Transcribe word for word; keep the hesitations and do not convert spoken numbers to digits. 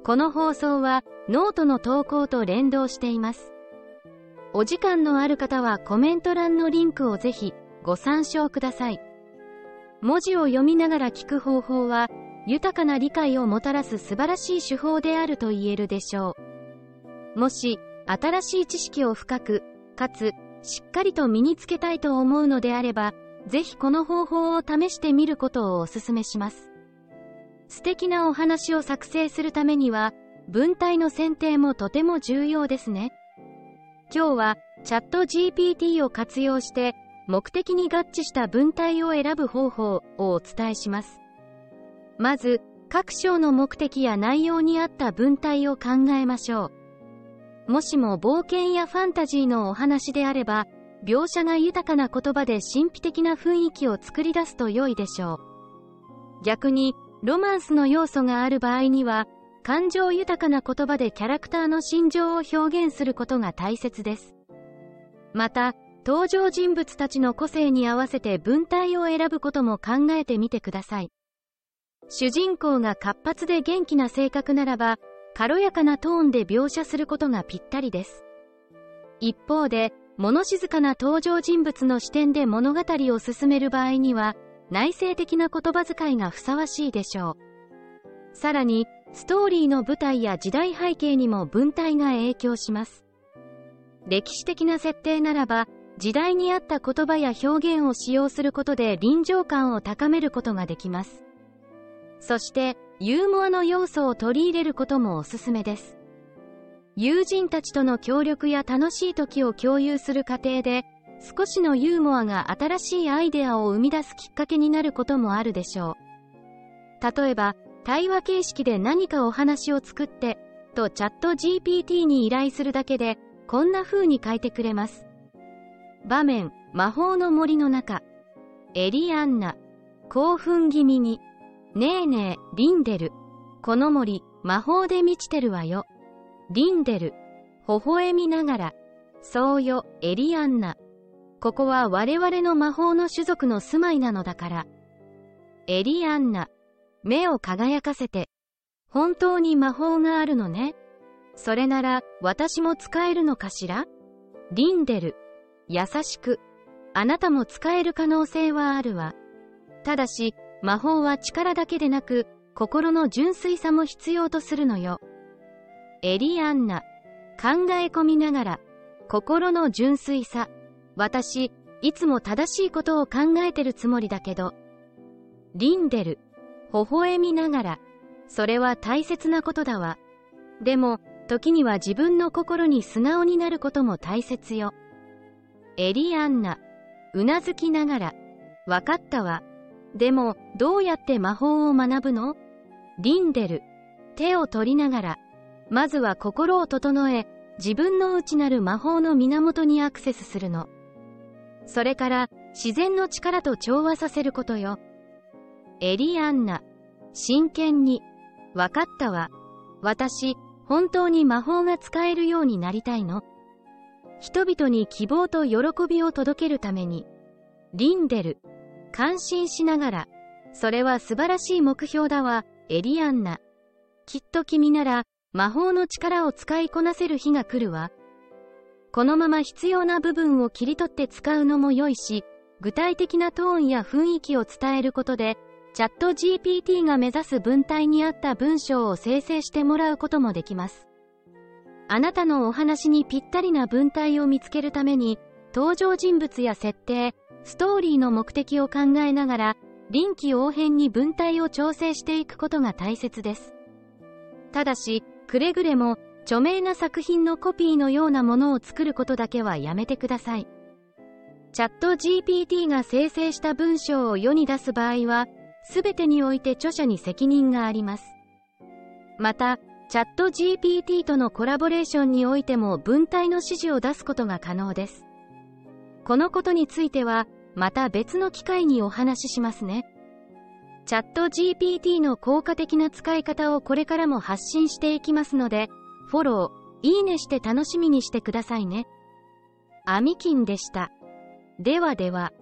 この放送はノートの投稿と連動しています。お時間のある方はコメント欄のリンクをぜひご参照ください。文字を読みながら聞く方法は豊かな理解をもたらす素晴らしい手法であると言えるでしょう。もし新しい知識を深くかつしっかりと身につけたいと思うのであれば、ぜひこの方法を試してみることをお勧めします。素敵なお話を作成するためには文体の選定もとても重要ですね。今日はチャット ジーピーティー を活用して目的に合致した文体を選ぶ方法をお伝えします。まず、各章の目的や内容に合った文体を考えましょう。もしも冒険やファンタジーのお話であれば、描写が豊かな言葉で神秘的な雰囲気を作り出すと良いでしょう。逆に、ロマンスの要素がある場合には、感情豊かな言葉でキャラクターの心情を表現することが大切です。また、登場人物たちの個性に合わせて文体を選ぶことも考えてみてください。主人公が活発で元気な性格ならば、軽やかなトーンで描写することがぴったりです。一方で、物静かな登場人物の視点で物語を進める場合には、内省的な言葉遣いがふさわしいでしょう。さらに、ストーリーの舞台や時代背景にも文体が影響します。歴史的な設定ならば、時代に合った言葉や表現を使用することで臨場感を高めることができます。そして、ユーモアの要素を取り入れることもおすすめです。友人たちとの協力や楽しい時を共有する過程で、少しのユーモアが新しいアイデアを生み出すきっかけになることもあるでしょう。例えば、対話形式で何かお話を作って、とチャット ジーピーティー に依頼するだけで、こんな風に書いてくれます。場面、魔法の森の中。エリアンナ。興奮気味に。ねえねえ、リンデル。この森、魔法で満ちてるわよ。リンデル。微笑みながら。そうよ、エリアンナ。ここは我々の魔法の種族の住まいなのだから。エリアンナ。目を輝かせて。本当に魔法があるのね。それなら、私も使えるのかしら？リンデル。優しく。あなたも使える可能性はあるわ。ただし、魔法は力だけでなく、心の純粋さも必要とするのよ。エリアンナ。考え込みながら。心の純粋さ。私、いつも正しいことを考えてるつもりだけど。リンデル。微笑みながら。それは大切なことだわ。でも、時には自分の心に素直になることも大切よ。エリアンナ。うなずきながら。わかったわ。でも、どうやって魔法を学ぶの？リンデル。手を取りながら。まずは心を整え、自分の内なる魔法の源にアクセスするの。それから、自然の力と調和させることよ。エリアンナ。真剣に。わかったわ。私、本当に魔法が使えるようになりたいの。人々に希望と喜びを届けるために。リンデル。感心しながら。それは素晴らしい目標だわ、エリアンナ。きっと君なら、魔法の力を使いこなせる日が来るわ。このまま必要な部分を切り取って使うのも良いし、具体的なトーンや雰囲気を伝えることで、チャット ジーピーティー が目指す文体に合った文章を生成してもらうこともできます。あなたのお話にぴったりな文体を見つけるために、登場人物や設定、ストーリーの目的を考えながら、臨機応変に文体を調整していくことが大切です。ただし、くれぐれも、著名な作品のコピーのようなものを作ることだけはやめてください。チャット ジーピーティー が生成した文章を世に出す場合は、すべてにおいて著者に責任があります。また、チャット ジーピーティー とのコラボレーションにおいても文体の指示を出すことが可能です。このことについては、また別の機会にお話ししますね。チャット ジーピーティー の効果的な使い方をこれからも発信していきますので、フォロー、いいねして楽しみにしてくださいね。アミキンでした。ではでは。